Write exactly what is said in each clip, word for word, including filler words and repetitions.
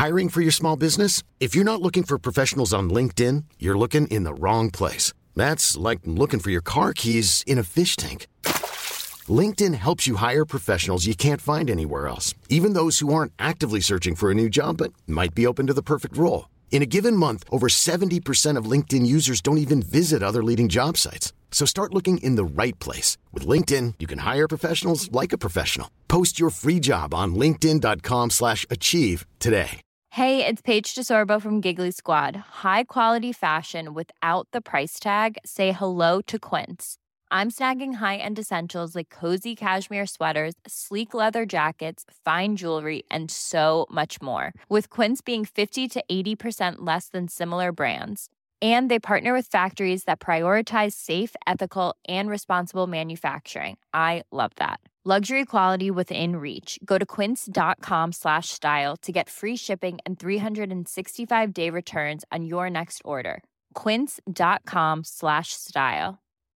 Hiring for your small business? If you're not looking for professionals on LinkedIn, you're looking in the wrong place. That's like looking for your car keys in a fish tank. LinkedIn helps you hire professionals you can't find anywhere else, even those who aren't actively searching for a new job but might be open to the perfect role. In a given month, over seventy percent of LinkedIn users don't even visit other leading job sites. So start looking in the right place. With LinkedIn, you can hire professionals like a professional. Post your free job on linkedin dot com slash achieve today. Hey, it's Paige DeSorbo from Giggly Squad. High quality fashion without the price tag. Say hello to Quince. I'm snagging high-end essentials like cozy cashmere sweaters, sleek leather jackets, fine jewelry, and so much more. With Quince being fifty to eighty percent less than similar brands. And they partner with factories that prioritize safe, ethical, and responsible manufacturing. I love that. Luxury quality within reach. Go to quince.com slash style to get free shipping and three sixty-five day returns on your next order. Quince.com slash style.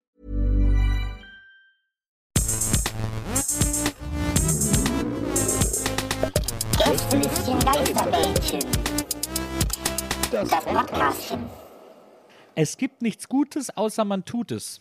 Gästelistchen Geisterbällchen. Das Podcastchen. Es gibt nichts Gutes, außer man tut es.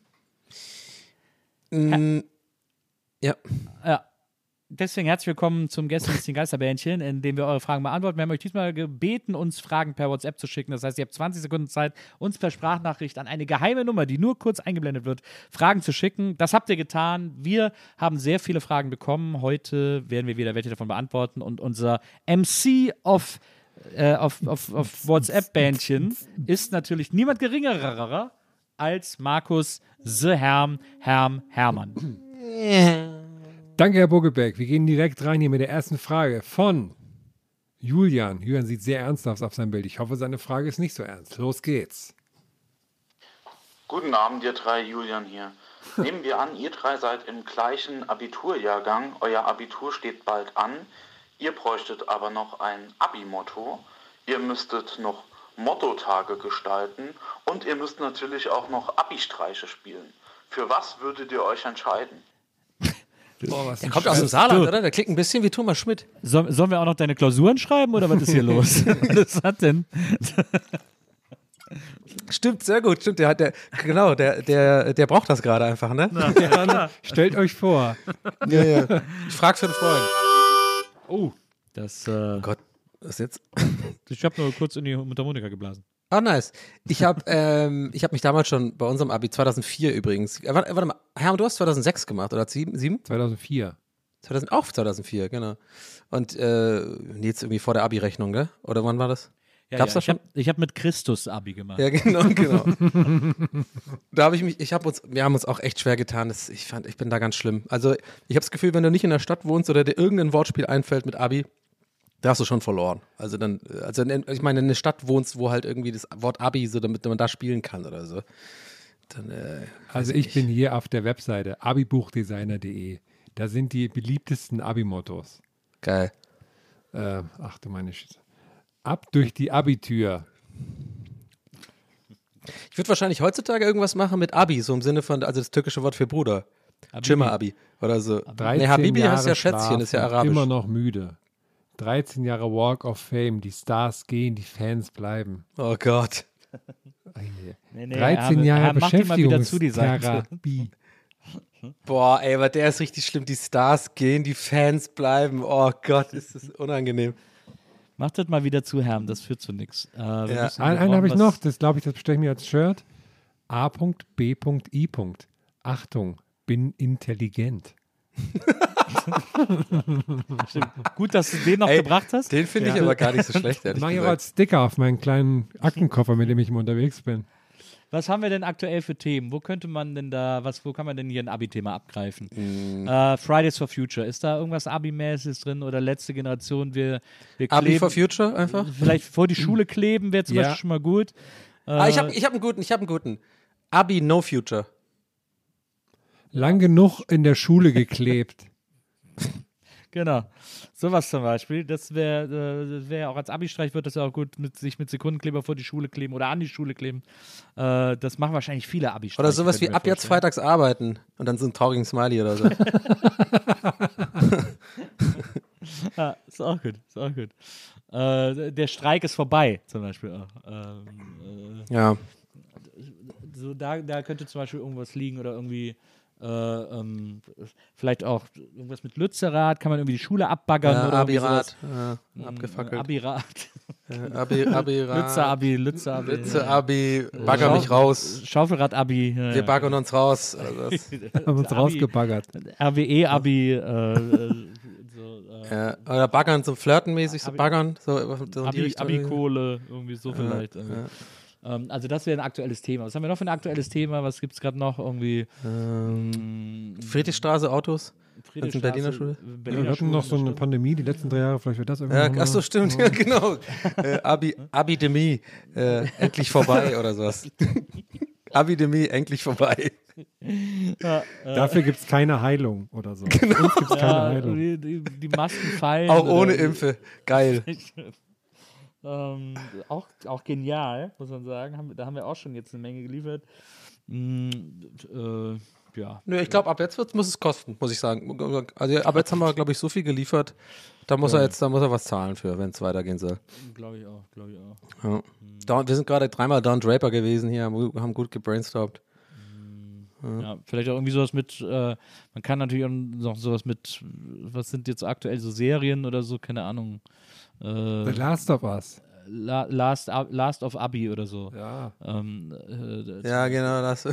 Mm, ja. Ja. Deswegen herzlich willkommen zum Gästelistchen Geisterbähnchen, in dem wir eure Fragen beantworten. Wir haben euch diesmal gebeten, uns Fragen per WhatsApp zu schicken. Das heißt, ihr habt zwanzig Sekunden Zeit, uns per Sprachnachricht an eine geheime Nummer, die nur kurz eingeblendet wird, Fragen zu schicken. Das habt ihr getan. Wir haben sehr viele Fragen bekommen. Heute werden wir wieder welche davon beantworten. Und unser M C of Äh, auf, auf, auf WhatsApp-Bändchen ist natürlich niemand geringerer als Markus The Herm, Herm, Hermann. Danke, Herr Bogelberg. Wir gehen direkt rein hier mit der ersten Frage von Julian. Julian sieht sehr ernst aus auf seinem Bild. Ich hoffe, seine Frage ist nicht so ernst. Los geht's. Guten Abend, ihr drei, Julian hier. Nehmen wir an, ihr drei seid im gleichen Abiturjahrgang. Euer Abitur steht bald an. Ihr bräuchtet aber noch ein Abi-Motto, ihr müsstet noch Mottotage gestalten und ihr müsst natürlich auch noch Abi-Streiche spielen. Für was würdet ihr euch entscheiden? Boah, was der kommt aus dem Saarland, du. Oder? Der klingt ein bisschen wie Thomas Schmidt. So, sollen wir auch noch deine Klausuren schreiben oder was ist hier los? Was hat denn? Stimmt, sehr gut. Stimmt, der hat der, genau, der, der, der braucht das gerade einfach, ne? Na, ja, na. Stellt euch vor. Ja, ja. Ich frag für einen Freund. Oh, das. Äh, oh Gott, was jetzt? Ich habe nur kurz in die Mundharmonika geblasen. Ah, oh, nice. Ich habe ähm, ich hab mich damals schon bei unserem Abi, zweitausendvier übrigens. Äh, warte, warte mal, Hermann, du hast zweitausendsechs gemacht, oder sieben? zweitausendvier. zweitausend, auch zweitausendvier, genau. Und äh, jetzt irgendwie vor der Abi-Rechnung, ne? Oder wann war das? Ja, Gab's ja, das schon? Ich habe hab mit Christus Abi gemacht. Ja, genau, genau. Da habe ich mich, ich habe uns, wir haben uns auch echt schwer getan. Das, ich fand, ich bin da ganz schlimm. Also ich habe das Gefühl, wenn du nicht in der Stadt wohnst oder dir irgendein Wortspiel einfällt mit Abi, da hast du schon verloren. Also dann, also ich meine, in einer Stadt wohnst, wo halt irgendwie das Wort Abi, so damit man da spielen kann oder so. Dann, äh, also ich bin hier auf der Webseite abibuchdesigner punkt de. Da sind die beliebtesten Abi-Mottos. Geil. Äh, ach du meine Schüsse. Ab durch die Abitür. Ich würde wahrscheinlich heutzutage irgendwas machen mit Abi, so im Sinne von, also das türkische Wort für Bruder. Cima-Abi oder so. Nee, Habibi heißt ja Schätzchen, ist ja arabisch. Immer noch müde. dreizehn Jahre Walk of Fame, die Stars gehen, die Fans bleiben. Oh Gott. Nee, nee, dreizehn Herr, Jahre Herr, mach die mal wieder zu, die Seite. Beschäftigungstherapie. Boah, ey, aber der ist richtig schlimm. Die Stars gehen, die Fans bleiben. Oh Gott, ist das unangenehm. Mach das mal wieder zu, Herm, das führt zu nichts. Äh, ja. Einen, einen habe ich noch, das glaube ich, das bestelle ich mir als Shirt. A B I Achtung, bin intelligent. Gut, dass du den noch Ey, gebracht hast. Den finde ich ja. aber gar nicht so schlecht, ehrlich Mach ich auch gesagt. als Sticker auf meinen kleinen Aktenkoffer, mit dem ich immer unterwegs bin. Was haben wir denn aktuell für Themen? Wo könnte man denn da, was, wo kann man denn hier ein Abi-Thema abgreifen? Mm. Äh, Fridays for Future, ist da irgendwas Abi-mäßiges drin oder letzte Generation? Wir, wir Abi kleben, for Future einfach? Vielleicht vor die Schule kleben wäre zum Ja. Beispiel schon mal gut. Äh, Ah, ich habe ich hab einen guten, ich habe einen guten. Abi no future. Lang genug in der Schule geklebt. Genau, sowas zum Beispiel. Das wäre äh, wär auch als Abi-Streich, wird das ja auch gut, mit, sich mit Sekundenkleber vor die Schule kleben oder an die Schule kleben. Äh, das machen wahrscheinlich viele Abi-Streiche. Oder sowas wie ab jetzt freitags arbeiten und dann so ein traurigen Smiley oder so. Ja, ist auch gut, ist auch gut. Äh, der Streik ist vorbei, zum Beispiel. Auch. Ähm, äh, Ja. So, da, da könnte zum Beispiel irgendwas liegen oder irgendwie äh, ähm, vielleicht auch irgendwas mit Lützerath, kann man irgendwie die Schule abbaggern Ja, oder irgendwie Abirat, sowas. ja, abgefackelt. Abirat. Äh, Abi, Abirat. Lützer-Abi, Lützer-Abi. Lütze-Abi, bagger mich raus. Schaufelrad-Abi. Ja, Wir ja. baggern uns raus. Also das, Haben uns Abi, rausgebaggert. R W E-Abi. Äh, äh, so, äh, ja. Oder baggern, so flirtenmäßig, so Abi- baggern. So, so in die Abi, Richtung. Abi-Kohle, irgendwie so vielleicht. Ja, irgendwie. ja. Ähm, also das wäre ein aktuelles Thema. Was haben wir noch für ein aktuelles Thema? Was gibt es gerade noch? Irgendwie Ähm, Friedrichstraße, Autos. Das ist eine Berliner Schule. Ja, Berliner wir hatten noch so eine stimmt. Pandemie die letzten drei Jahre, vielleicht wird das irgendwann. Ja, noch achso, mal- stimmt, ja, genau. Äh, Abi, Abidemie, äh, endlich vorbei oder sowas. Abidemie, endlich vorbei. Ja, äh, Dafür gibt es keine Heilung oder so. Genau. Uns gibt es keine ja, Heilung. die, die, die Masken fallen. Auch ohne oder- Impfe. Geil. ähm, auch, auch genial, muss man sagen. Haben, wir- da haben wir auch schon jetzt eine Menge geliefert. Mm, äh, ja. Nö, ich glaube, ab jetzt wird's, muss es kosten, muss ich sagen. Also ab jetzt haben wir, glaube ich, so viel geliefert. Da muss er jetzt, da muss er was zahlen für, wenn es weitergehen soll. Glaube ich auch, glaube ich auch. Ja. Don, wir sind gerade dreimal Don Draper gewesen hier, haben, haben gut gebrainstormt. Ja, vielleicht auch irgendwie sowas mit, äh, man kann natürlich auch noch sowas mit, was sind jetzt aktuell so Serien oder so, keine Ahnung. Äh, The Last of Us. La, Last, Ab- Last of Abi oder so. Ja. Ähm, äh, Ja, genau das.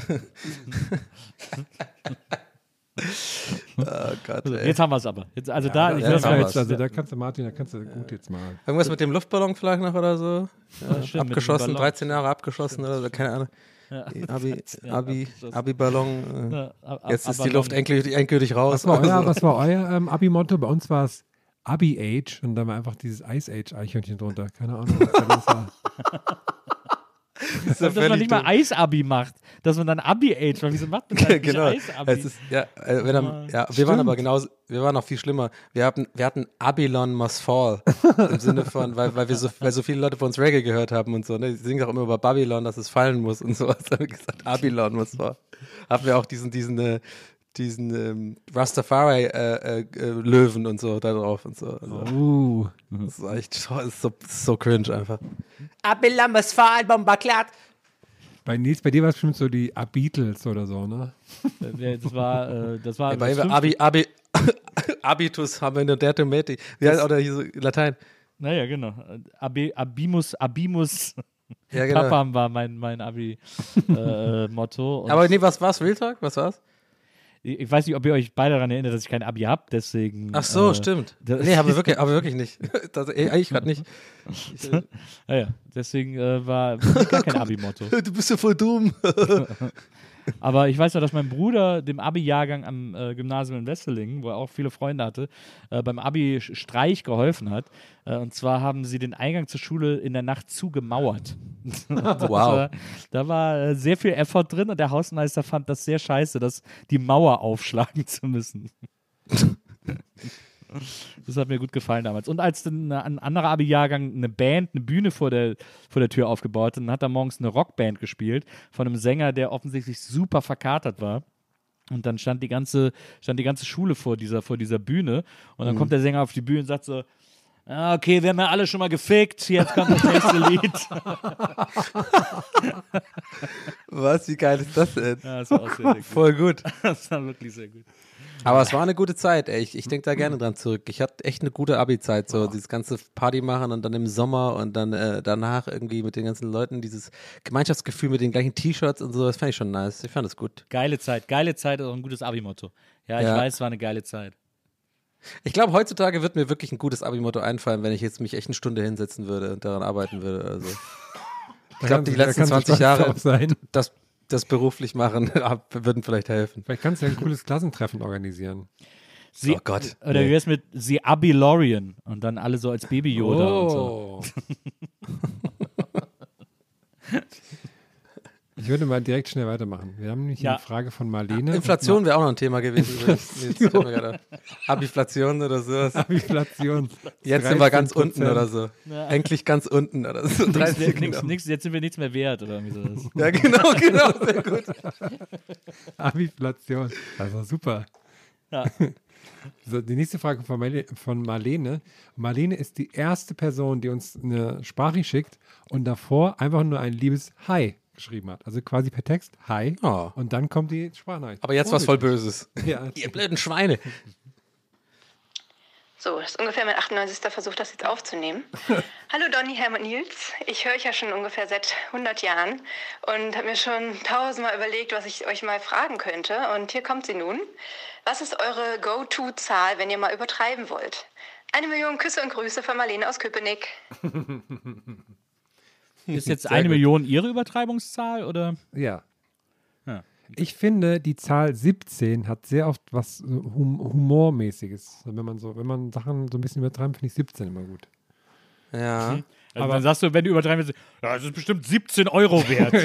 Oh Gott, also, ey. jetzt haben wir es aber. Jetzt, also da, ich ja, will jetzt Das haben war wir's. jetzt, also da kannst du, Martin, da kannst du gut jetzt mal. Irgendwas mit dem Luftballon vielleicht noch oder so? Ja, stimmt, mit dem abgeschossen, Ballon. dreizehn Jahre abgeschossen oder so, keine Ahnung. Ja. Abi, Ja, Abi, abgeschossen. Abi-Ballon. Äh. Ja, ab- ab- Jetzt ist aber die Luft dann- endgültig, endgültig raus. Was war euer, Also, was war euer ähm, Abi-Motto? Bei uns war es Abi-Age und dann war einfach dieses Ice-Age-Eichhörnchen drunter. Keine Ahnung, was da los war. ist ja dass man völlig nicht mal dumm. Eis-Abi macht, dass man dann Abi-Age macht. Wieso macht man dann nicht Genau. Eis-Abi? Es ist, ja, äh, wenn er, ja, wir waren aber genauso, wir waren noch viel schlimmer. Wir hatten, wir hatten Babylon must fall. Im Sinne von, weil, weil wir so, weil so viele Leute von uns Reggae gehört haben und so, ne? Die singen auch immer über Babylon, dass es fallen muss und sowas. Da haben wir gesagt, Babylon must fall. Haben wir auch diesen, diesen, äh, diesen ähm, Rastafari-Löwen äh, äh, und so da drauf und so. Also, Uh. das ist echt so, ist so, ist so cringe einfach. Babylon must fall, Bomberklatt. Bei Nils, bei dir war es bestimmt so die Beatles oder so, ne? Äh, Das war, äh, das war Ja, bei das wir fünfte- Abi, Abi, Abitus haben wir in der Dertomati. Wie heißt oder hier so Latein? Naja, genau. Abi, Abimus, Abimus Ja, genau. Papam war mein, mein Abi-Motto. Aber nee, was war's? Real Talk? Was war's? ich, ich weiß nicht, ob ihr euch beide daran erinnert, dass ich kein Abi habe, deswegen. Ach so, äh, stimmt. das- Nee, aber wirklich, aber wirklich nicht. Das, ey, eigentlich gerade nicht. Naja, deswegen äh, war wirklich gar kein Abi-Motto. Du bist ja voll dumm. Aber ich weiß noch, dass mein Bruder dem Abi-Jahrgang am äh, Gymnasium in Wesselingen, wo er auch viele Freunde hatte, äh, beim Abi-Streich geholfen hat. Äh, und zwar haben sie den Eingang zur Schule in der Nacht zugemauert. Das Wow. war, da war äh, sehr viel Effort drin und der Hausmeister fand das sehr scheiße, dass die Mauer aufschlagen zu müssen. Das hat mir gut gefallen damals. Und als dann ein anderer Abi-Jahrgang eine Band, eine Bühne vor der, vor der Tür aufgebaut hat, dann hat er morgens eine Rockband gespielt von einem Sänger, der offensichtlich super verkatert war. Und dann stand die ganze, stand die ganze Schule vor dieser, vor dieser Bühne. Und dann kommt der Sänger auf die Bühne und sagt so: Ah, okay, wir haben ja alle schon mal gefickt, jetzt kommt das nächste Lied. Was, wie geil ist das denn? Ja, das war auch sehr, sehr gut. Voll gut. Das war wirklich sehr gut. Aber es war eine gute Zeit, ey. Ich, ich denke da gerne dran zurück. Ich hatte echt eine gute Abi-Zeit, so dieses ganze Party machen und dann im Sommer und dann äh, danach irgendwie mit den ganzen Leuten, dieses Gemeinschaftsgefühl mit den gleichen T-Shirts und so, das fand ich schon nice. Ich fand das gut. Geile Zeit, geile Zeit ist auch ein gutes Abi-Motto. Ja, ich Ja. weiß, es war eine geile Zeit. Ich glaube, heutzutage wird mir wirklich ein gutes Abi-Motto einfallen, wenn ich jetzt mich echt eine Stunde hinsetzen würde und daran arbeiten würde. Also. Ich glaube, die Da letzten kannst du zwanzig stolz Jahre, drauf sein. das, das beruflich machen, würden vielleicht helfen. Vielleicht kannst du ja ein cooles Klassentreffen organisieren. Sie, Oh Gott. Oder Nee. wie wär's mit The Abi-Lorian und dann alle so als Baby-Yoda und so. Oh. Ich würde mal direkt schnell weitermachen. Wir haben nämlich Ja. eine Frage von Marlene. Inflation wäre auch noch ein Thema gewesen. übrigens. Jetzt fällt mir gerade auf. Abiflation oder sowas. Inflation. Jetzt sind wir ganz dreizehn unten oder so. Endlich ganz unten oder so. Nix, dreißig, nix, genau. nix, jetzt sind wir nichts mehr wert oder irgendwie sowas. Ja, genau, genau, sehr gut. Abiflation. Das war super. Ja. So, die nächste Frage von Marlene, von Marlene. Marlene ist die erste Person, die uns eine Sprache schickt und davor einfach nur ein liebes Hi geschrieben hat. Also quasi per Text Hi. Oh. Und dann kommt die Sprachnachricht. Aber jetzt was voll Böses. Ja. Ihr blöden Schweine. So, das ist ungefähr mein achtundneunzigster Versuch, das jetzt aufzunehmen. Hallo Donny, Hermann, Nils. Ich höre euch ja schon ungefähr seit hundert Jahren und habe mir schon tausendmal überlegt, was ich euch mal fragen könnte. Und hier kommt sie nun. Was ist eure Go-To-Zahl, wenn ihr mal übertreiben wollt? Eine Million Küsse und Grüße von Marlene aus Köpenick. Ist jetzt Sehr eine gut. Million Ihre Übertreibungszahl oder? Ja. Ja. Ich finde, die Zahl siebzehn hat sehr oft was so hum Humormäßiges. Also wenn man so, wenn man Sachen so ein bisschen übertreibt, finde ich siebzehn immer gut. Ja. Also Aber- dann sagst du, wenn du übertreiben willst, ja, das ist bestimmt siebzehn Euro wert.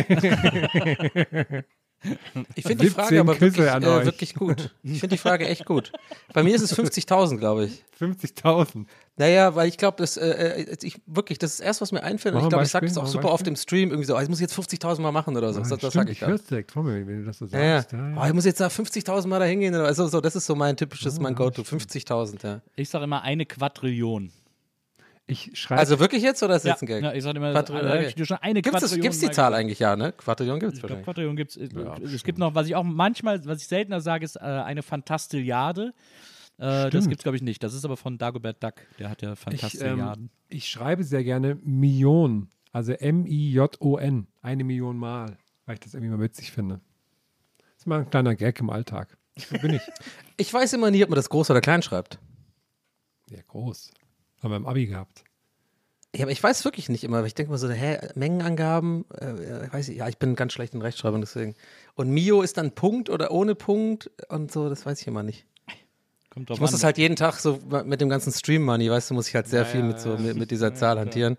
Ich finde die Frage siebzehn aber Küsse wirklich, an äh, euch. wirklich gut. Ich finde die Frage echt gut. Bei mir ist es fünfzigtausend, glaube ich. fünfzigtausend. Naja, weil ich glaube, das, äh, äh, ich, wirklich, das ist erst, was mir einfällt. Und Mach ich ein glaube, ich sage Beispiel, das auch mach ein super oft Beispiel. im Stream irgendwie so, oh, ich muss jetzt fünfzigtausend Mal machen oder so. das das Stimmt, sage ich ich dann. höre es direkt vor mir, wenn du das so Ja, ja. sagst. Ja, Oh, ja. ich muss jetzt da fünfzigtausend Mal da hingehen. Oder also, so, das ist so mein typisches, mein Go-To. fünfzigtausend, ja. Ich sage immer eine Quadrillion. Ich schreibe. Also wirklich jetzt oder ist das Ja, jetzt ein Gag? ja, ich sage immer, Quadrillion, äh, okay. du schon eine Gibt es Quadrillion gibt's die mal Zahl gesagt. eigentlich? Ja, ne? Quadrillion gibt es Ich glaube, wahrscheinlich. Quadrillion gibt es. Es gibt noch, was ich auch manchmal, was ich seltener sage, ist äh, eine Fantastilliarde. Äh, das Stimmt. gibt es, glaube ich, nicht. Das ist aber von Dagobert Duck. Der hat ja ich, ähm, Fantastilliarden. ich schreibe sehr gerne Million. Also M I J O N. Eine Million Mal. Weil ich das irgendwie mal witzig finde. Das ist mal ein kleiner Gag im Alltag. So bin ich. Ich weiß immer nie, ob man das groß oder klein schreibt. Ja, groß. Haben wir im Abi gehabt. Ja, aber ich weiß wirklich nicht immer. Ich denke mal so, hä, Mengenangaben, äh, ich weiß nicht, ja, ich bin ganz schlecht in Rechtschreibung, deswegen. Und Mio ist dann Punkt oder ohne Punkt und so, das weiß ich immer nicht. Kommt drauf Ich muss an. das halt jeden Tag so mit dem ganzen Stream Money, weißt du, muss ich halt sehr viel mit so mit, mit dieser Zahl hantieren.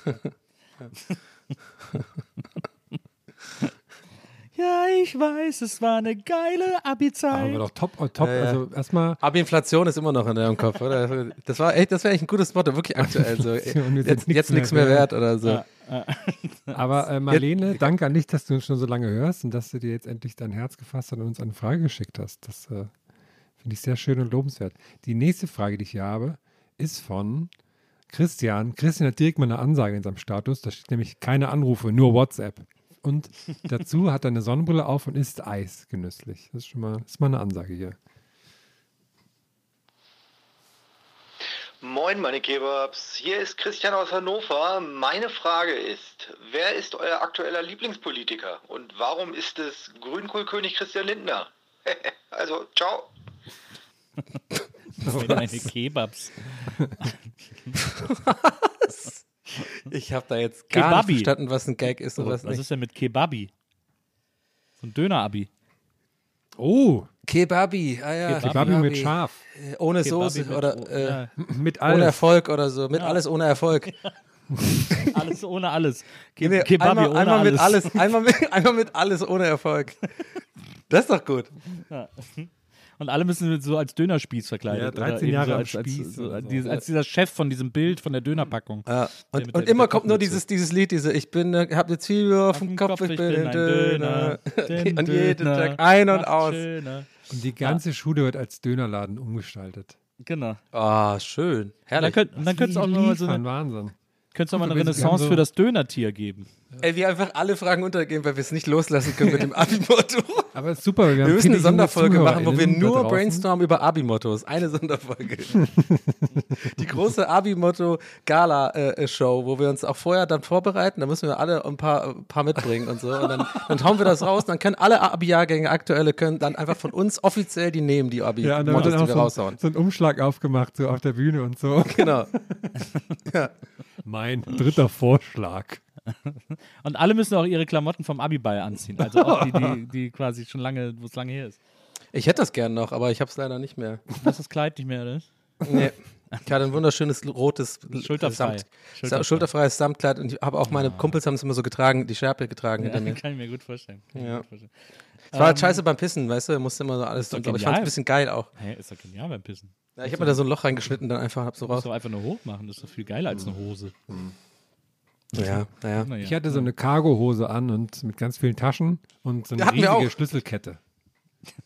Ja, ich weiß, es war eine geile Abi-Zeit. Aber doch top, oh, top. Ja, ja. Also erstmal. Aber Inflation ist immer noch in deinem Kopf, oder? Das war echt, das wäre echt ein gutes Motto, wirklich aktuell. So. Inflation ist Jetzt, jetzt nichts mehr wert oder so. Aber äh, Marlene, danke an dich, dass du uns schon so lange hörst und dass du dir jetzt endlich dein Herz gefasst hast und uns eine Frage geschickt hast. Das äh, finde ich sehr schön und lobenswert. Die nächste Frage, die ich hier habe, ist von Christian. Christian hat direkt mal eine Ansage in seinem Status. Da steht nämlich keine Anrufe, nur WhatsApp. Und dazu hat er eine Sonnenbrille auf und isst Eis genüsslich. Das ist schon mal, das ist mal eine Ansage hier. Moin meine Kebabs, hier ist Christian aus Hannover. Meine Frage ist, wer ist euer aktueller Lieblingspolitiker und warum ist es Grünkohlkönig Christian Lindner? Also, ciao. Meine Kebabs. Ich habe da jetzt gar Kebabi. nicht verstanden, was ein Gag ist und was Was nicht. ist denn mit Kebabi? So ein Döner-Abi. Oh, Kebabi, ah ja. Kebabi mit Schaf. Äh, Ohne Kebabi Soße mit- oder äh, ja, Mit ohne alles. Erfolg oder so. Mit alles ohne Erfolg. alles ohne alles. Ke Nee, Kebabi einmal, ohne einmal alles. mit alles. Einmal mit, einmal mit alles ohne Erfolg. Das ist doch gut. Und alle müssen mit so als Dönerspieß verkleidet. Ja, oder dreizehn eben Jahre so am als, als, Spieß so, oder als, so. dieses- als dieser Chef von diesem Bild von der Dönerpackung. Ja. Der Und, mit und der- immer mit der kommt nur Kopfmütze. dieses, dieses Lied, diese Ich bin, äh, hab eine Zwiebel auf dem Kopf, ich bin ein Döner. Den Und jeden Döner Tag ein und macht aus. schöner. Und die ganze Schule wird als Dönerladen umgestaltet. Genau. Ah, schön. Und dann Herrlich. könnt- und dann könnte es auch noch mal so Liefern, eine, Wahnsinn. könnte es auch mal eine Wenn sie Renaissance so- für das Dönertier geben. Ey, wir einfach alle Fragen untergehen, weil wir es nicht loslassen können mit dem Abi-Motto. Aber es ist super, weil wir, Wir haben müssen viele eine Sonderfolge junge machen, wo wir ZuhörerInnen da nur draußen. brainstormen über Abi-Mottos. Eine Sonderfolge. Die große Abi-Motto-Gala-Show, wo wir uns auch vorher dann vorbereiten. Da müssen wir alle ein paar, ein paar mitbringen und so. Und dann, dann hauen wir das raus. Dann können alle Abi-Jahrgänge aktuelle können dann einfach von uns offiziell die nehmen, die Ja, und dann wird Abi-Mottos, dann die auch wir so, raushauen. so ein Umschlag aufgemacht, so auf der Bühne und so. Genau. Mein dritter Vorschlag. Und alle müssen auch ihre Klamotten vom Abi-Ball anziehen. Also auch die, die, die quasi schon lange, wo es lange her ist. Ich hätte das gern noch, aber ich habe es leider nicht mehr. Das ist das Kleid nicht mehr, oder? Nee. Ich hatte ein wunderschönes rotes Schulterfrei. Samt, Schulterfrei. schulterfreies Samtkleid und ich habe auch meine Kumpels haben es immer so getragen, die Schärpe getragen Ja, hinter mir. kann ich mir gut vorstellen. Kann ich mir Ja. gut vorstellen. Es war halt Ähm, scheiße beim Pissen, weißt du, musste immer so alles doch tun, aber ich genial. fand es ein bisschen geil auch. Hä, ist doch genial beim Pissen. Ja, ich habe mir da so ein Loch reingeschnitten, dann einfach hab so Du musst raus. doch einfach nur hoch machen. Das ist doch viel geiler als eine Hose. Ja, naja. Naja. Ich hatte so eine Cargohose an und mit ganz vielen Taschen und so eine Hatten wir riesige auch. Schlüsselkette.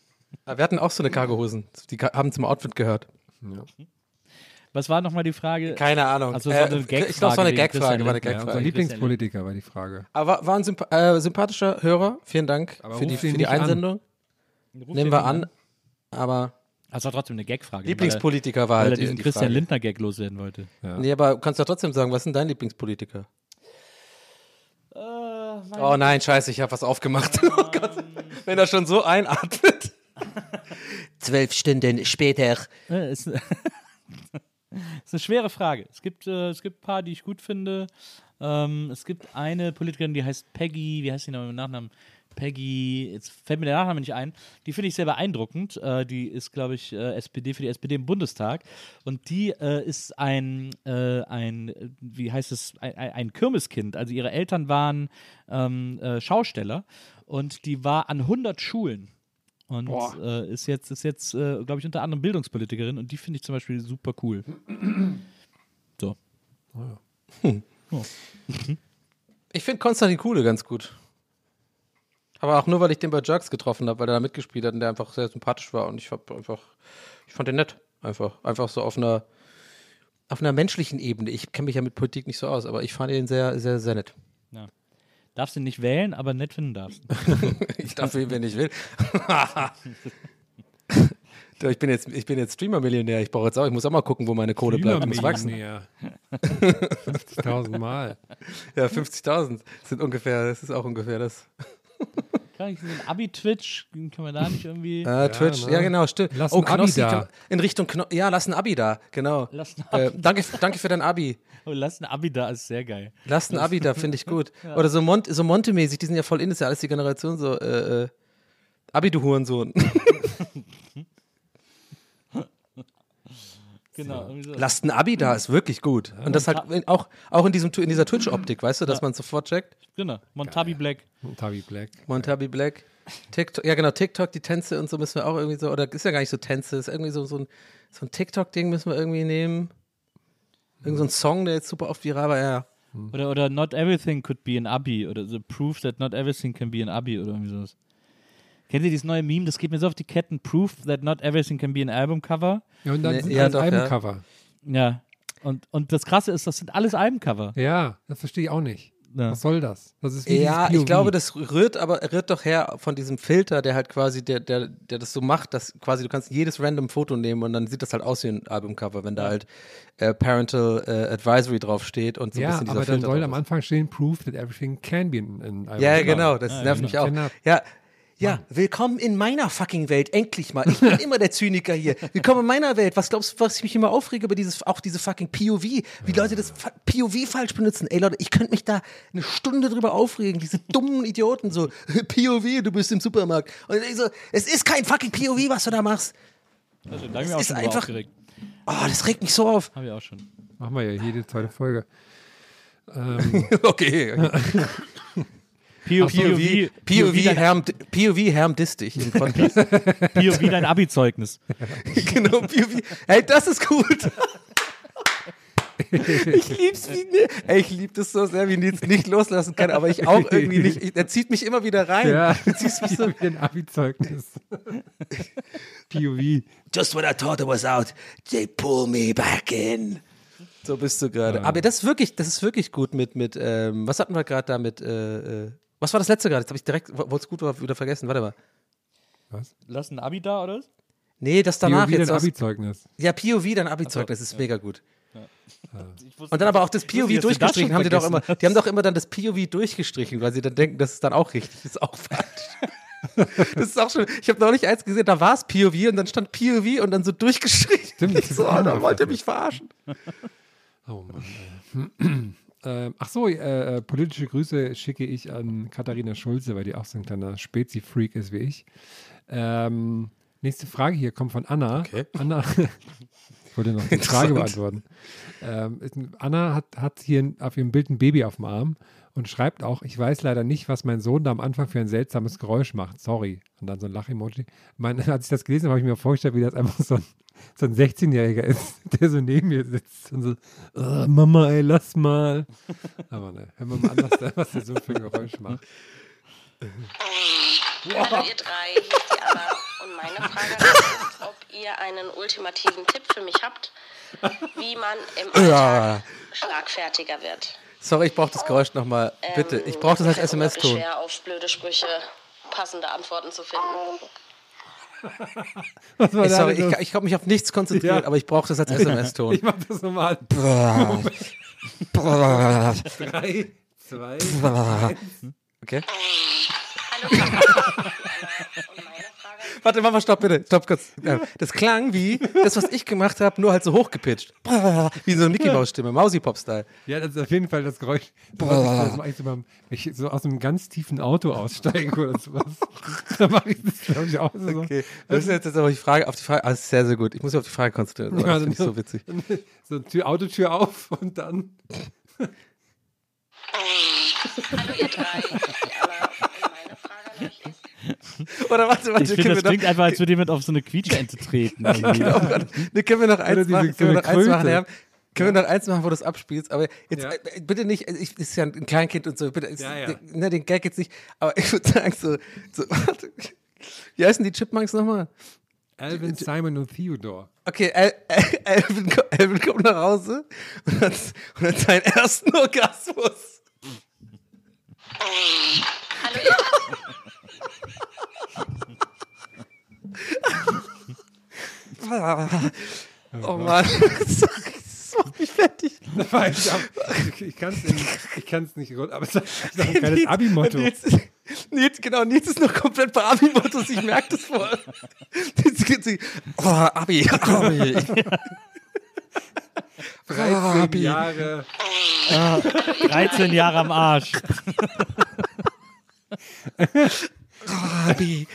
Wir hatten auch so eine Cargohosen. Die haben zum Outfit gehört. Ja. Was war nochmal die Frage? Keine Ahnung. Also, äh, so eine Gagfrage ich glaube, es war eine wegen Gagfrage. Christian War eine Lindner. Ja, Gagfrage. unser Lieblingspolitiker war die Frage. Aber war, war ein symp äh, sympathischer Hörer. Vielen Dank Aber für die, ruf ihn für die nicht an. Einsendung. Ruf Nehmen den wir nicht an. Aber Das war trotzdem eine Gagfrage. Lieblingspolitiker war Weil er, weil halt er diesen die Christian Frage. Lindner-Gag loswerden wollte. Ja. Nee, aber du kannst doch trotzdem sagen, was ist denn dein Lieblingspolitiker? Äh, Oh nein, scheiße, ich habe was aufgemacht. Oh Gott. Wenn er schon so einatmet. Zwölf Stunden später. Äh, ist, ist eine schwere Frage. Es gibt, äh, es gibt ein paar, die ich gut finde. Ähm, es gibt eine Politikerin, die heißt Peggy, wie heißt sie noch mit dem Nachnamen? Peggy, jetzt fällt mir der Nachname nicht ein. Die finde ich sehr beeindruckend. Äh, die ist, glaube ich, äh, S P D für die S P D im Bundestag. Und die äh, ist ein, äh, ein, wie heißt es, ein, ein Kirmeskind. Also ihre Eltern waren ähm, äh, Schausteller und die war an hundert Schulen. Und äh, ist jetzt, ist jetzt äh, glaube ich, unter anderem Bildungspolitikerin. Und die finde ich zum Beispiel super cool. So. Oh ja. Hm. Oh. Ich finde Konstantin Kuhle ganz gut. Aber auch nur, weil ich den bei Jerks getroffen habe, weil er da mitgespielt hat und der einfach sehr sympathisch war. Und ich hab einfach, ich fand den nett. Einfach. Einfach so auf einer, auf einer menschlichen Ebene. Ich kenne mich ja mit Politik nicht so aus, aber ich fand ihn sehr, sehr, sehr nett. Ja. Darfst ihn nicht wählen, aber nett finden darfst. Ich darf wählen, wenn ich will. Ich bin jetzt, ich bin jetzt Streamer-Millionär. Ich brauche jetzt auch, ich muss auch mal gucken, wo meine Kohle bleibt. Ich muss wachsen. fünfzigtausend Mal. Ja, fünfzigtausend sind ungefähr, das ist auch ungefähr das. Kann ich den Abi-Twitch, können wir da nicht irgendwie. Äh, ja, Twitch, ne? Ja, genau, stimmt. Lass oh, ein Abi Knossi, da. kann- in Richtung Kno ja, lass ein Abi da, genau. Lass ein Abi Äh, danke, danke für dein Abi. Oh, lass ein Abi da, ist sehr geil. Lass ein Abi da, finde ich gut. Oder so, Mont so Monte-mäßig, die sind ja voll in, ist ja alles die Generation so, äh, äh, Abi, du Hurensohn. Genau. irgendwie so. Lasst ein Abi da, ist wirklich gut. Und das halt in, auch, auch in, diesem, in dieser Twitch-Optik, weißt du, dass Ja. man sofort checkt. Genau. Montabi Black. Tabi Black. Montabi Black. TikTok, ja genau, TikTok, die Tänze und so müssen wir auch irgendwie so, oder ist ja gar nicht so Tänze, ist irgendwie so, so ein, so ein TikTok-Ding müssen wir irgendwie nehmen. Irgend so ein Song, der jetzt super oft viral war, ja. Oder, oder Not Everything Could Be an Abi. Oder The Proof That Not Everything Can Be an Abi. Oder irgendwie sowas. Kennt ihr dieses neue Meme? Das geht mir so auf die Ketten. Proof That Not Everything Can Be an Album-Cover. Ja, und dann Nee, sind ja, alles doch, ja. Albencover. Ja. Und, und das Krasse ist, das sind alles Albencover. Ja. das verstehe ich auch nicht. Ja. Was soll das? Das ist wie Ja, dieses ich glaube, das rührt aber rührt doch her von diesem Filter, der halt quasi, der, der, der das so macht, dass quasi du kannst jedes random Foto nehmen und dann sieht das halt aus wie ein Albumcover, wenn da halt äh, Parental äh, Advisory draufsteht und so ein Ja, bisschen dieser aber dann Filter soll drauf am ist. Anfang stehen, Proof that everything can be an, an Album. Ja, genau, das Ja, nervt genau. mich auch. Genau. Ja, ja, willkommen in meiner fucking Welt, endlich mal. Ich bin immer der Zyniker hier. Willkommen in meiner Welt. Was glaubst du, was ich mich immer aufrege über dieses, auch diese fucking P O V, wie Leute das fa- P O V falsch benutzen. Ey Leute, ich könnte mich da eine Stunde drüber aufregen, diese dummen Idioten so, P O V, du bist im Supermarkt. Und ich so, es ist kein fucking P O V, was du da machst. Also, da hab ich mich Das auch ist schon drüber einfach- aufgeregt. Oh, das regt mich so auf. Hab ich auch schon. Machen wir ja jede zweite Folge. Ähm, Okay. P O V, P O V, P O V, dein, Herm, P O V, Herm disst dich im Podcast. P O V dein Abi-Zeugnis. Genau, P O V. Hey, das ist gut. Ich lieb's wie ne Ey, ich lieb das so sehr, wie Nils nicht loslassen kann, aber ich auch irgendwie nicht. Ich, er zieht mich immer wieder rein. ja, Du ziehst mich so. wie ein Abi-Zeugnis. P O V. Just when I thought I was out, they pull me back in. So bist du gerade. Aber das ist wirklich, das ist wirklich gut mit, mit ähm, was hatten wir gerade da mit, äh, äh, was war das letzte gerade? Jetzt habe ich direkt, wo es gut war, wieder vergessen. Warte mal. Was? Lass ein Abi da, oder? Nee, das danach P O V jetzt. dein Aus, Abi-Zeugnis. ja, P O V, dein Abi-Zeugnis, das ist mega gut. Ich wusste Und dann aber auch das ich P O V wusste, dass du das durchgestrichen, schon haben die doch immer, vergessen die haben doch immer dann das P O V durchgestrichen, weil sie dann denken, das ist dann auch richtig, das ist auch falsch. Das ist auch schon, ich habe neulich eins gesehen, da war es P O V und dann stand P O V und dann so durchgestrichen. Stimmt, das Ich so, ist oh, auch da noch wollt ihr fertig. mich verarschen. Oh Mann. Ey. ähm, ach so, äh, äh, politische Grüße schicke ich an Katharina Schulze, weil die auch so ein kleiner Spezi-Freak ist wie ich. Ähm, nächste Frage hier kommt von Anna. Okay. Anna, ich wollte noch die Frage beantworten. Ähm, ist ein- Anna hat, hat hier ein- auf ihrem Bild ein Baby auf dem Arm und schreibt auch, ich weiß leider nicht, was mein Sohn da am Anfang für ein seltsames Geräusch macht. Sorry. Und dann so ein Lach-Emoji. Mein, als ich das gelesen habe, habe ich mir vorgestellt, wie das einfach so ein, so ein sechzehnjähriger ist, der so neben mir sitzt und so, "Oh, Mama, ey, lass mal. Aber ne, hören wir mal an, was der, was der so für ein Geräusch macht. Hallo ihr drei, hier ist die Anna. Und meine Frage ist, ob ihr einen ultimativen Tipp für mich habt, wie man im Alltag Ja. schlagfertiger wird. Sorry, ich brauche das Geräusch nochmal. Bitte, ich brauche das als Mir fällt S M S-Ton. unglaublich schwer, auf blöde Sprüche passende Antworten zu finden. Was war Ey, da sorry, denn ich, los? ich habe mich auf nichts konzentriert, Ja. aber ich brauche das als S M S-Ton. Ich mach das nochmal. Drei, Drei, zwei, Okay. Hallo ihr drei. Und meine Frage ist, Warte, mach mal, stopp bitte. Stopp kurz. Ja, das klang wie das, was ich gemacht habe, nur halt so hochgepitcht. Wie so eine Mickey-Maus-Stimme, Mausi-Pop-Style. Ja, das ist auf jeden Fall das Geräusch. Das mache ich so, beim, wenn ich so aus einem ganz tiefen Auto aussteige oder sowas. Da mache ich das, glaube ich, auch so. Okay, das ist jetzt, jetzt aber die Frage auf die Frage. Ah, das ist sehr, sehr gut. Ich muss mich auf die Frage konzentrieren. Das Ja, finde ich so witzig. So Tür, Autotür auf und dann. hallo ihr drei, hier ist die Anna. Und meine Frage an euch ist, Oder warte, warte, Ich können finde, wir das noch, klingt einfach, als würde jemand auf so eine Quietscheente treten. irgendwie. ne, können wir noch Oder eins diese- machen? so Können wir eine noch eins machen, Kröte. Herr? Können wir noch eins machen, wo du das abspielst? Aber jetzt Ja. äh, bitte nicht, also ich, ist ja ein Kleinkind und so, bitte, ist, Ja, ja. Ne, den Gag jetzt nicht, aber ich würde sagen so, so warte, wie heißen die Chipmunks nochmal? Alvin, Simon und Theodore. Okay, Al Al Alvin, ko- Alvin kommt nach Hause und hat, und hat seinen ersten Orgasmus. hallo ihr Oh Mann, sorry, das macht mich fertig. Ich, ich kann es ich kann's nicht rund, aber es ist doch ein geiles Abi-Motto. Nils, ist- Nils, genau, Nils ist noch komplett bei Abi-Mottos, ich merke das voll. Nils geht sich, oh, Abi, Abi. dreizehn Abi. Jahre. dreizehn Jahre am Arsch. Abi.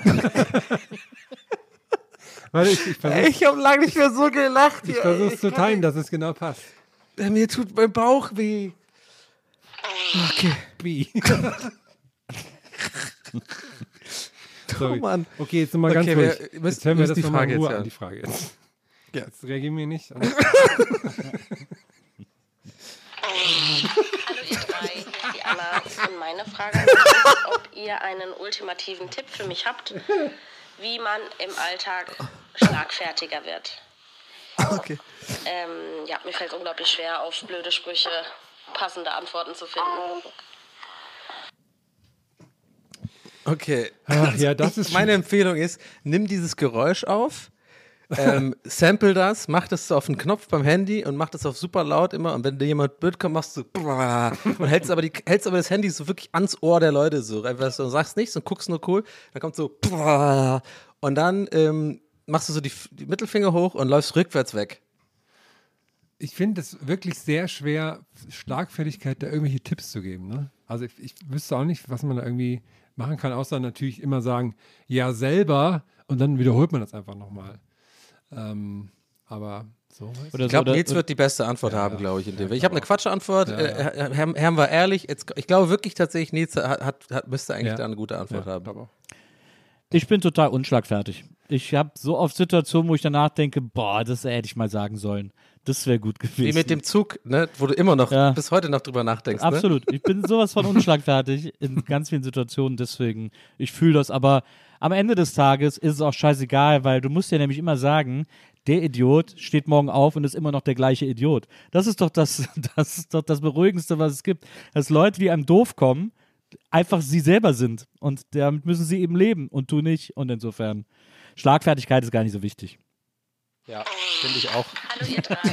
Warte, ich, ich versuche Ich habe lange nicht mehr so gelacht. ich hier. versuch's Ich zu kann timen, dass es genau passt. nicht- Mir tut mein Bauch weh. Okay. Wie? Oh Sorry. Mann. Okay, jetzt nochmal ganz Okay, ruhig. wir müssen- jetzt hören wir müssen das die nochmal Frage in Ruhe jetzt an, hören. die Frage jetzt. Ja. Jetzt reagieren wir nicht. Hallo ihr drei, hier ist die Anna. Und meine Frage ist, ob ihr einen ultimativen Tipp für mich habt, wie man im Alltag schlagfertiger wird. Okay. Ähm, ja, mir fällt es unglaublich schwer, auf blöde Sprüche passende Antworten zu finden. Okay. Ach, ja, das ich, ist meine Empfehlung ist, nimm dieses Geräusch auf, ähm, sample das, mach das so auf den Knopf beim Handy und mach das auf super laut immer und wenn dir jemand blöd kommt, machst du und hältst aber, die, hältst aber das Handy so wirklich ans Ohr der Leute so, einfach so, sagst nichts und guckst nur cool, dann kommt so und dann ähm, machst du so die, die Mittelfinger hoch und läufst rückwärts weg. Ich finde es wirklich sehr schwer, Schlagfertigkeit da irgendwelche Tipps zu geben. Ne? Also ich, ich wüsste auch nicht, was man da irgendwie machen kann, außer natürlich immer sagen, ja selber und dann wiederholt man das einfach nochmal. Ähm, aber so. weiß Oder Ich glaube, oder- Nils wird die beste Antwort Ja, haben, glaube ich. In dem. ja, Ich habe eine auch. Quatschantwort. Ja, Äh, Herr, Herr war ehrlich. Jetzt, ich glaube wirklich tatsächlich, Nils hat, hat, hat, müsste eigentlich Ja. da eine gute Antwort Ja, haben. glaub auch. Ich bin total unschlagfertig. Ich habe so oft Situationen, wo ich danach denke, boah, das hätte ich mal sagen sollen. Das wäre gut gewesen. Wie mit dem Zug, ne, wo du immer noch Ja. bis heute noch drüber nachdenkst. Ne? Absolut. Ich bin sowas von unschlagfertig in ganz vielen Situationen, deswegen, ich fühle das. Aber am Ende des Tages ist es auch scheißegal, weil du musst ja nämlich immer sagen, der Idiot steht morgen auf und ist immer noch der gleiche Idiot. Das ist doch das, das ist doch das Beruhigendste, was es gibt. Dass Leute, die einem doof kommen, einfach sie selber sind. Und damit müssen sie eben leben und du nicht. Und insofern, Schlagfertigkeit ist gar nicht so wichtig. Ja, finde ich auch. Hallo ihr drei.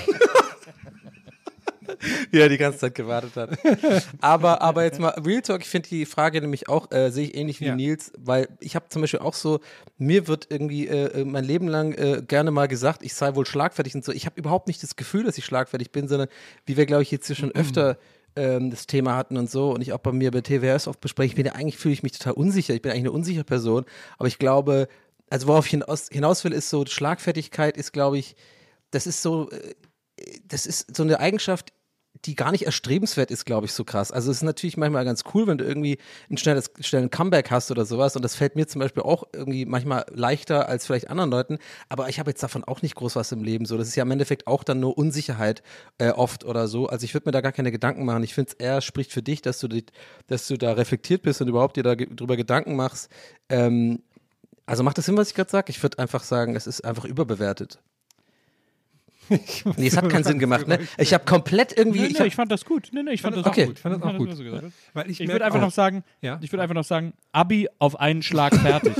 Wie er die ganze Zeit gewartet hat. aber, aber jetzt mal Real Talk, ich finde die Frage nämlich auch, äh, sehe ich ähnlich wie Ja. Nils, weil ich habe zum Beispiel auch so, mir wird irgendwie äh, mein Leben lang äh, gerne mal gesagt, ich sei wohl schlagfertig und so. Ich habe überhaupt nicht das Gefühl, dass ich schlagfertig bin, sondern wie wir, glaube ich, jetzt hier schon öfter ähm, das Thema hatten und so und ich auch bei mir bei T W S oft bespreche, ich bin ja eigentlich, fühle ich mich total unsicher, ich bin eigentlich eine unsichere Person, aber ich glaube, also worauf ich hinaus, hinaus will, ist so, Schlagfertigkeit ist, glaube ich, das ist so, äh, das ist so eine Eigenschaft, die gar nicht erstrebenswert ist, glaube ich, so krass. Also es ist natürlich manchmal ganz cool, wenn du irgendwie ein schnelles, schnellen Comeback hast oder sowas und das fällt mir zum Beispiel auch irgendwie manchmal leichter als vielleicht anderen Leuten, aber ich habe jetzt davon auch nicht groß was im Leben so. Das ist ja im Endeffekt auch dann nur Unsicherheit äh, oft oder so. Also ich würde mir da gar keine Gedanken machen. Ich finde es eher spricht für dich, dass du, die, dass du da reflektiert bist und überhaupt dir darüber Gedanken machst. Ähm, also macht das Sinn, was ich gerade sage? Ich würde einfach sagen, es ist einfach überbewertet. Nee, es hat keinen Sinn gemacht, ne? Ich habe komplett irgendwie. Nee, ich, nee, hab, ich fand das gut. Nee, nee, ich fand das okay. auch gut. Ich fand das auch gut. Weil ich Ich würde merk einfach auch- noch sagen, Ja? ich würde einfach noch sagen, Abi auf einen Schlag fertig.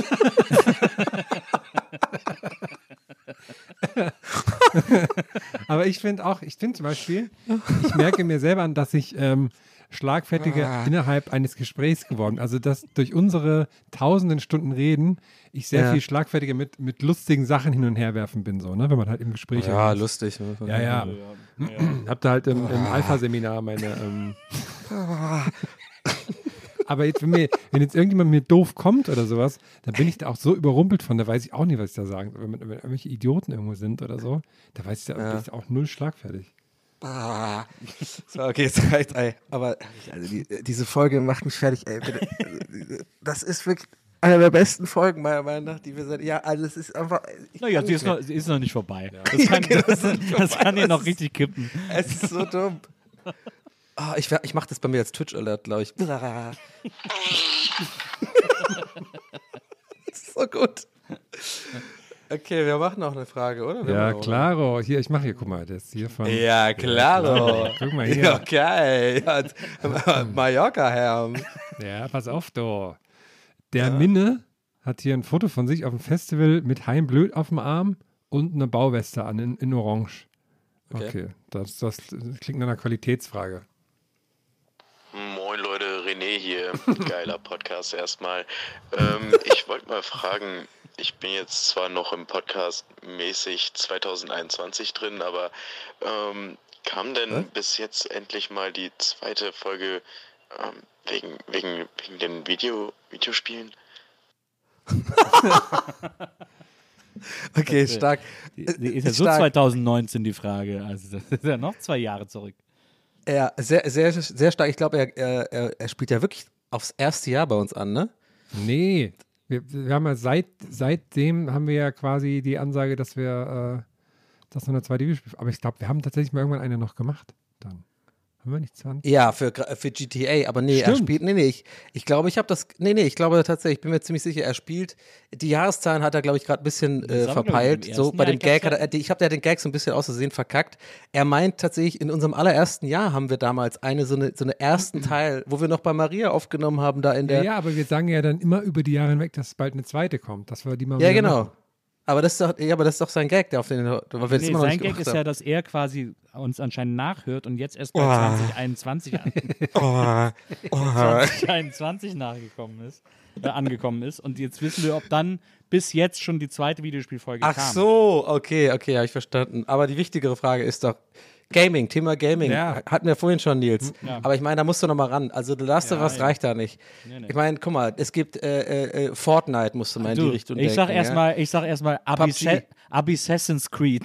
Aber ich finde auch, ich finde zum Beispiel, ich merke mir selber an, dass ich ähm, schlagfertiger Ah. innerhalb eines Gesprächs geworden bin. Also, dass durch unsere tausenden Stunden Reden ich sehr Ja. viel schlagfertiger mit, mit lustigen Sachen hin und her werfen bin, so, ne? Wenn man halt im Gespräch ja, ist. lustig. Ne? Ja, ja. Hab da halt im, im Alpha-Seminar meine. Ähm Aber jetzt, wenn, mir, wenn jetzt irgendjemand mir doof kommt oder sowas, dann bin ich da auch so überrumpelt von, da weiß ich auch nicht, was ich da sagen soll. Wenn, wenn irgendwelche Idioten irgendwo sind oder so, da weiß ich, da Ja. bin ich auch null schlagfertig. Ah. So, okay, jetzt reicht, ey. Aber also die, diese Folge macht mich fertig, ey. Bitte. Das ist wirklich eine der besten Folgen, meiner Meinung nach, die wir seit. Ja, also es ist einfach. ich Naja, kann sie nicht ist noch, mehr. sie ist noch nicht vorbei. Das Ja, kann, genau, das, das ist nicht das vorbei. kann hier noch Das richtig kippen. Es ist so dumm. Ah, ich wer- ich mache das bei mir als Twitch-Alert, glaube ich. Das ist so gut. Okay, wir machen noch eine Frage, oder? Wir Ja, machen auch klaro. Hier, ich mache hier, guck mal, das hier von. eine. Ja, klaro. Guck mal hier. Ja, geil. Ja, Mallorca-Herm. Ja, pass auf, du. Der Minne hat hier ein Foto von sich auf dem Festival mit Hein Blöd auf dem Arm und eine Bauweste an in, in Orange. Okay. Okay, das, das klingt nach einer Qualitätsfrage. Moin Leute, René hier. Geiler Podcast erstmal. Ähm, ich wollte mal fragen, ich bin jetzt zwar noch im Podcast mäßig zwanzig einundzwanzig drin, aber ähm, kam denn Was? bis jetzt endlich mal die zweite Folge ähm, wegen, wegen, wegen den Video, Videospielen? Okay, stark. Die, die ist ja so Stark. zwanzig neunzehn die Frage. Also das ist ja noch zwei Jahre zurück. Ja, sehr, sehr, sehr stark. Ich glaube, er, er, er- er spielt ja wirklich aufs erste Jahr bei uns an, ne? Nee, wir, wir haben ja seit, seitdem haben wir ja quasi die Ansage, dass wir äh, das noch eine zweite Videospiel. Aber ich glaube, wir haben tatsächlich mal irgendwann eine noch gemacht. Dann. Haben wir nicht zwanzig? Ja, für, für G T A, aber nee, er Stimmt. spielt, nee, nee, ich, ich glaube, ich habe das, nee, nee, ich glaube tatsächlich, ich bin mir ziemlich sicher, er spielt, die Jahreszahlen hat er, glaube ich, gerade ein bisschen Das äh, haben wir, glaub ich, verpeilt, im so ersten bei Jahr, dem ich glaub, Gag, hat er, die- ich habe ja den Gag so ein bisschen aus Versehen verkackt. Er meint tatsächlich, in unserem allerersten Jahr haben wir damals eine, so eine, so eine ersten Teil, wo wir noch bei Maria aufgenommen haben, da in Ja, der, ja, aber wir sagen ja dann immer über die Jahre hinweg, dass bald eine zweite kommt. Das war die mal ja, wieder genau. machen. Aber das ist doch, ja, aber das ist doch sein Gag, der auf den, weil wir das Nee, immer noch sein nicht Gag gemacht ist haben. ja, dass er quasi uns anscheinend nachhört und jetzt erst bei Oh. zwanzig einundzwanzig an, Oh, oh. zwanzig einundzwanzig nachgekommen ist, äh, angekommen ist. Und jetzt wissen wir, ob dann bis jetzt schon die zweite Videospielfolge Ach kam. so, okay, okay, habe ich verstanden. Aber die wichtigere Frage ist doch Gaming, Thema Gaming. Ja. Hatten wir vorhin schon, Nils. Ja. Aber ich meine, da musst du noch mal ran. Also The Last of Ja, Us ja. reicht da nicht. Nee, nee. Ich meine, guck mal, es gibt äh, äh, äh, Fortnite, musst du mal in Du, die Richtung ich sag denken. erstmal, ich sag erstmal PUBG. Assassin's Creed.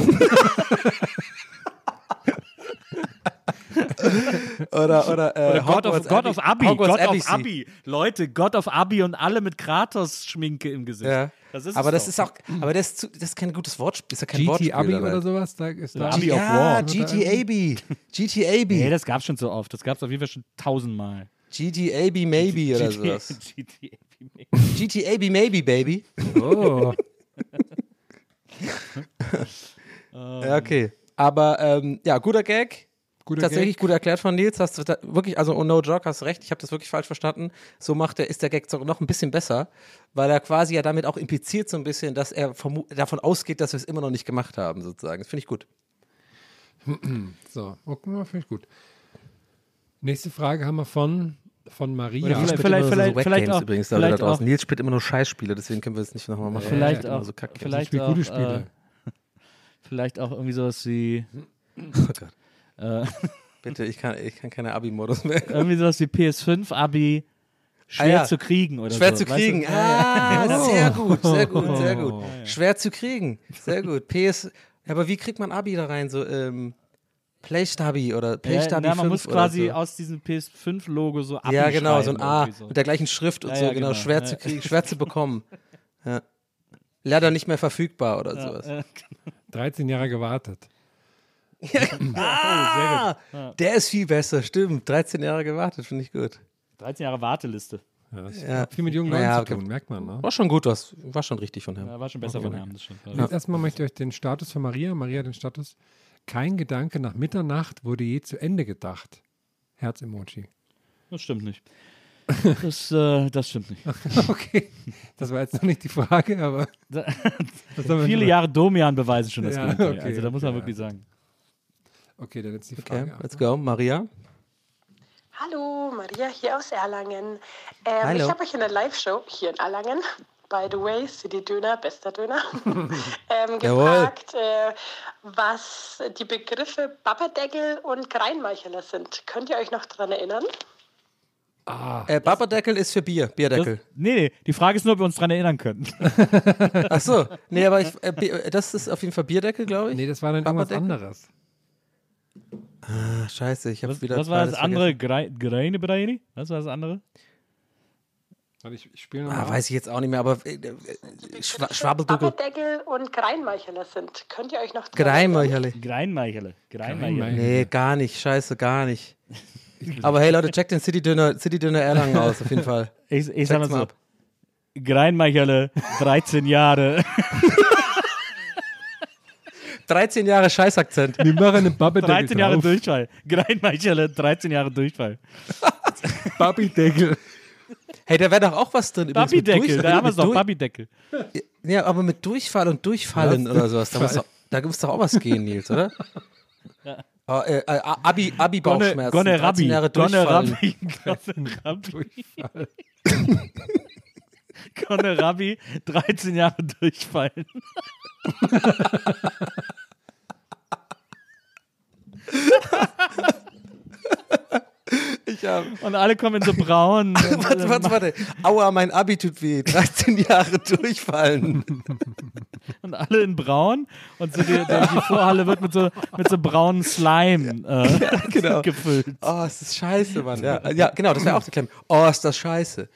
ja? Oder, oder, äh, Oder God of, Hogwarts God Abbey- of Abi. Hogwarts God of Legacy. Abi. Leute, God of Abi und alle mit Kratos-Schminke im Gesicht. Ja. Das ist aber es das doch. ist auch, aber das ist, zu, das ist kein gutes Wortspiel. Das ist ja kein G Wortspiel. T Abi oder? oder sowas? Da ist da Abi of ja, War. G T A B. G T A B. Nee, das gab's schon so oft. Das gab's auf jeden Fall schon tausendmal. G T A B maybe oder G T A sowas. G T A B. G T A B maybe, baby. Oh. Ja, okay. Aber ähm, ja, guter Gag. Guter Tatsächlich Gag. gut erklärt von Nils. Hast du da wirklich, also oh no joke, hast recht. Ich habe das wirklich falsch verstanden. So macht er, ist der Gag sogar noch ein bisschen besser, weil er quasi ja damit auch impliziert so ein bisschen, dass er vermu- davon ausgeht, dass wir es immer noch nicht gemacht haben, sozusagen. Das finde ich gut. So, okay, finde ich gut. Nächste Frage haben wir von, von Maria. Oder Nils vielleicht- spielt immer nur vielleicht- so Wack vielleicht Games auch- übrigens, Leute da vielleicht draußen. auch- Nils spielt immer nur Scheißspiele, deswegen können wir es nicht nochmal machen. Vielleicht Er spielt immer auch, so Kack-Games. vielleicht spielt auch, gute äh, Spiele. vielleicht auch irgendwie sowas wie Oh Gott. äh, Bitte, ich kann, ich kann keine Abi-Modus mehr. irgendwie sowas wie P S fünf Abi schwer Ah, ja. zu kriegen oder Schwer so. zu kriegen. Weißt du? Ah, sehr gut, sehr gut, sehr gut. Oh. Schwer zu kriegen. Sehr gut. P S. Ja, aber wie kriegt man Abi da rein? So, ähm, Playstabi oder Playstabi ja, na, man fünf muss quasi so. aus diesem P S fünf Logo so Abi Ja, genau, so ein schreiben A irgendwie so. mit der gleichen Schrift und Ja, so, ja, genau, genau. schwer Ja. zu kriegen, schwer zu bekommen. Ja. Leider nicht mehr verfügbar oder Ja, sowas. äh, dreizehn Jahre gewartet. Ah, Ja. der ist viel besser, stimmt. dreizehn Jahre gewartet, finde ich gut. dreizehn Jahre Warteliste. Ja, das Ja. hat viel mit jungen Leuten Naja, zu tun, merkt man. Ne? War schon gut, was, war schon richtig von ihm. Ja, war schon besser Okay. von Herrn, das stimmt. Jetzt erstmal möchte ich euch den Status von Maria, Maria den Status, kein Gedanke nach Mitternacht wurde je zu Ende gedacht. Herz-Emoji. Das stimmt nicht. Das, äh, das stimmt nicht. Okay, das war jetzt noch nicht die Frage, aber Da, was soll man viele sagen? Jahre Domian beweisen schon das Ja, Gegenteil. okay, Also da muss man okay, wirklich ja. sagen. Okay, dann jetzt die Okay, Frage. let's go. Maria? Hallo, Maria hier aus Erlangen. Ähm, Hallo. Ich habe euch in der Live-Show hier in Erlangen, by the way, City Döner, bester Döner, ähm, Jawohl. gefragt, äh, was die Begriffe Babberdeckel und Greinmeicheler sind. Könnt ihr euch noch daran erinnern? Ah, Äh, Babberdeckel ist für Bier, Das, Bierdeckel. nee, nee, die Frage ist nur, ob wir uns daran erinnern können. Ach so, nee, aber ich, äh, Bi- das ist auf jeden Fall Bierdeckel, glaube ich. nee, das war dann irgendwas Babberdeckel? anderes. Ah, scheiße, ich habe Was, wieder was war das beides andere? Grei- Greine Breini? Was war das andere? Warte, Ich, ich spiele Ah, nochmal. weiß ich jetzt auch nicht mehr, aber äh, äh, Schwa Schwabbelduckel. Babberdeckel und Greinmeicheler sind. Könnt ihr euch noch daran erinnern? Greimercherle. Greinmeichele. Greinmeichele. Greinmeichele. Nee, gar nicht, scheiße, gar nicht. Aber hey Leute, checkt den City Döner, City Döner Erlangen aus, auf jeden Fall. Ich, ich sag mal Check's mal so. ab. Greinmeichele, dreizehn Jahre. dreizehn Jahre Scheißakzent. Wir machen einen Babbydeckel dreizehn Jahre drauf. Durchfall. Greinmeichele, dreizehn Jahre Durchfall. Babbydeckel. Hey, da wäre doch auch was drin. übrigens mit Babydeckel, Durchfall- da haben wir es mit doch, Durch- Babydeckel. Ja, aber mit Durchfall und Durchfallen Was? oder sowas, da muss doch, da muss doch auch was gehen, Nils, oder? Ja. Oh, äh, äh, Abi, Abi Gonne, Bauchschmerzen, Gonne dreizehn Rabbi. Jahre Gonne Durchfallen. Rabbi. Gonne Rabbi. Gonne Rabbi, dreizehn Jahre Durchfallen. Ich hab, Und alle kommen in so braun. warte, warte, warte. Aua, mein Abi tut weh. dreizehn Jahre Durchfallen. Und alle in braun. Und so die, die, die Vorhalle wird mit so, mit so braunen Slime äh, Ja, genau. gefüllt. Oh, ist das scheiße, Mann. Ja, ja genau, das wäre auch die Klemme. Oh, ist das scheiße.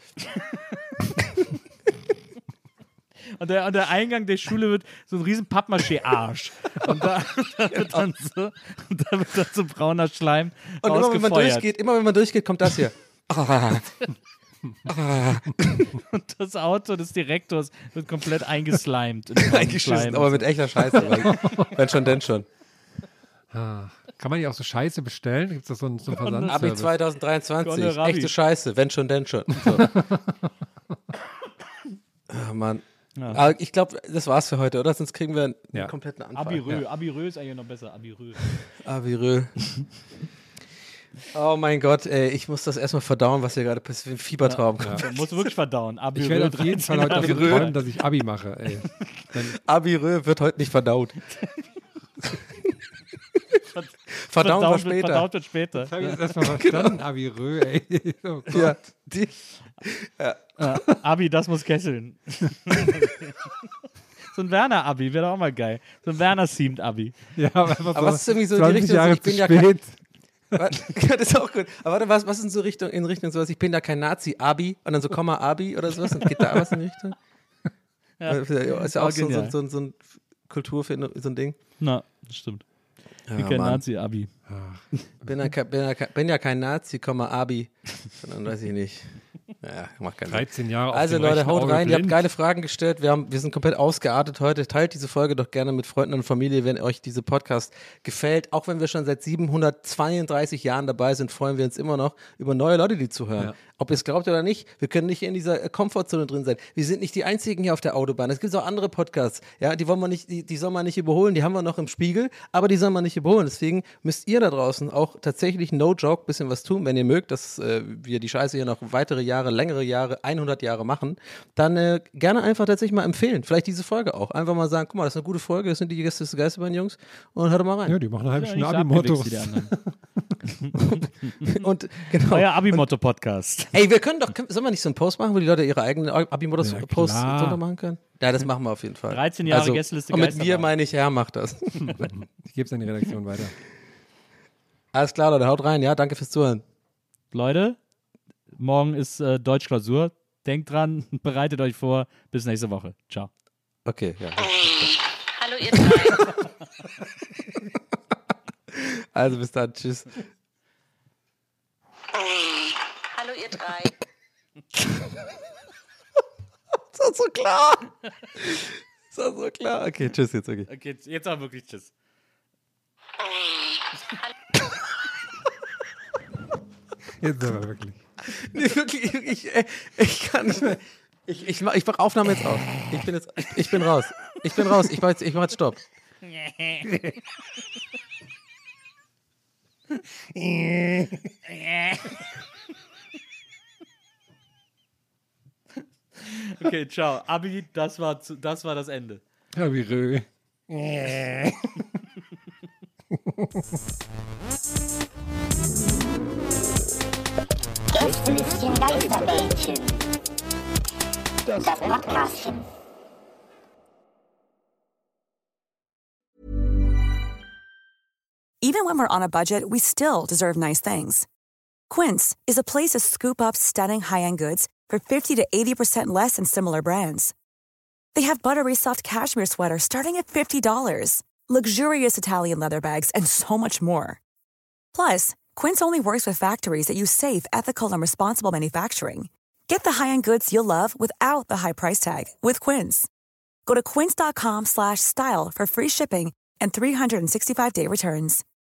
Und der, und der Eingang der Schule wird so ein riesen Pappmaché-Arsch. Und da, da, wird dann so, und da wird dann so brauner Schleim Und immer wenn man rausgefeuert. durchgeht, immer wenn man durchgeht, kommt das hier. Ah. Ah. Und das Auto des Direktors wird komplett eingeslimed. in braunen Eingeschissen, Schleim. aber mit echter Scheiße. weil- Wenn schon, denn schon. Ah, kann man die auch so Scheiße bestellen? Gibt es da so einen, so einen Abi Versandservice? zwanzig dreiundzwanzig. Gonne Rabbi. Echte Scheiße. Wenn schon, denn schon. So. Ah, Mann. Ja. Aber ich glaube, das war's für heute, oder? Sonst kriegen wir einen Ja. kompletten Anfall. Abirö. Abirö ist eigentlich noch besser. Abirö. Abirö. Oh mein Gott, ey, ich muss das erstmal verdauen, was hier gerade passiert. Ein Fiebertraum kommt. Ja. Muss wirklich verdauen. Abirö. Ich werde auf jeden Fall heute davon Abirö. träumen, dass ich Abi mache. Ey. Dann, Abirö wird heute nicht verdaut. Verdauen wir Verdaut wird, später. verdaut wird später. das habe ich jetzt erstmal verstanden, Abirö, ey. Oh Gott. Ja, die, ja. Ja, Abi, das muss kesseln. So ein Werner-Abi wäre doch auch mal geil. So ein Werner-themed-Abi. Ja, aber, einfach Aber was ist irgendwie so die zwanzig Richtung, Jahre ich bin zu ja kein- spät. Was? Ja, das ist auch gut. Aber warte, was, was ist in so Richtung, in Richtung sowas? Ich bin da kein Nazi, Abi und dann so Komma Abi oder sowas. Und geht da was in die Richtung? Ja. Ja, ist ja auch so, so, genial. so, so ein Kulturfilm, so ein Ding. Na, das stimmt. Ich bin Ja, kein Mann. Nazi-Abi. Bin ja, kein- bin, ja, kein- bin ja kein Nazi, Komma Abi. Sondern weiß ich nicht. Ja, macht keinen Sinn. dreizehn Jahre auf Also dem Leute, rechten haut Auge rein. Ihr habt blind. geile Fragen gestellt. Wir, haben, wir sind komplett ausgeartet heute. Teilt diese Folge doch gerne mit Freunden und Familie, wenn euch diese Podcast gefällt. Auch wenn wir schon seit siebenhundertzweiunddreißig Jahren dabei sind, freuen wir uns immer noch über neue Leute, die zuhören. Ja. Ob ihr es glaubt oder nicht, wir können nicht in dieser äh, Komfortzone drin sein. Wir sind nicht die Einzigen hier auf der Autobahn. Es gibt auch andere Podcasts. Ja, die wollen wir nicht, die, die soll man nicht überholen. Die haben wir noch im Spiegel, aber die soll man nicht überholen. Deswegen müsst ihr da draußen auch tatsächlich, no joke, bisschen was tun, wenn ihr mögt, dass äh, wir die Scheiße hier noch weitere Jahre, längere Jahre, hundert Jahre machen. Dann äh, gerne einfach tatsächlich mal empfehlen. Vielleicht diese Folge auch. Einfach mal sagen, guck mal, das ist eine gute Folge. Das sind die Gäste des Geisterbahn-Jungs. Und hört doch mal rein. Ja, die machen eine halbe Ja, Stunde nicht so Abi-Mottos. abgewichst wie die anderen. Und genau. Euer Abi-Motto-Podcast. Ey, wir können doch, können, sollen wir nicht so einen Post machen, wo die Leute ihre eigenen Abi-Modus Ja, Posts klar. drunter machen können? Ja, das machen wir auf jeden Fall. dreizehn Jahre also, Gästeliste Und mit mir Geisterbahn. meine ich, er macht das. Ich gebe es an die Redaktion weiter. Alles klar, Leute, haut rein. Ja, danke fürs Zuhören. Leute, morgen ist äh, Deutschklausur. Denkt dran, bereitet euch vor. Bis nächste Woche. Ciao. Okay, ja. Hallo ihr drei. Also bis dann, tschüss. Hallo ihr drei. Das war so klar. Das war so klar. Okay, tschüss jetzt, okay. Okay, jetzt auch wirklich tschüss. Jetzt aber wirklich. Nee, wirklich, ich, ich kann nicht mehr. Ich, ich, mach, ich mach Aufnahme jetzt aus. Ich bin jetzt, ich, ich bin raus. Ich bin raus. Ich mach jetzt, ich mach jetzt Stopp. Okay, ciao. Abi, das war, zu, das war das Ende. Abi Rö. Gästelistchen Geisterbällchen. Das Podcastchen. Even when we're on a budget, we still deserve nice things. Quince is a place to scoop up stunning high-end goods for fifty to eighty percent less than similar brands. They have buttery soft cashmere sweaters starting at fifty dollars, luxurious Italian leather bags, and so much more. Plus, Quince only works with factories that use safe, ethical, and responsible manufacturing. Get the high-end goods you'll love without the high price tag with Quince. Go to quince.com slash style for free shipping and three sixty-five day returns.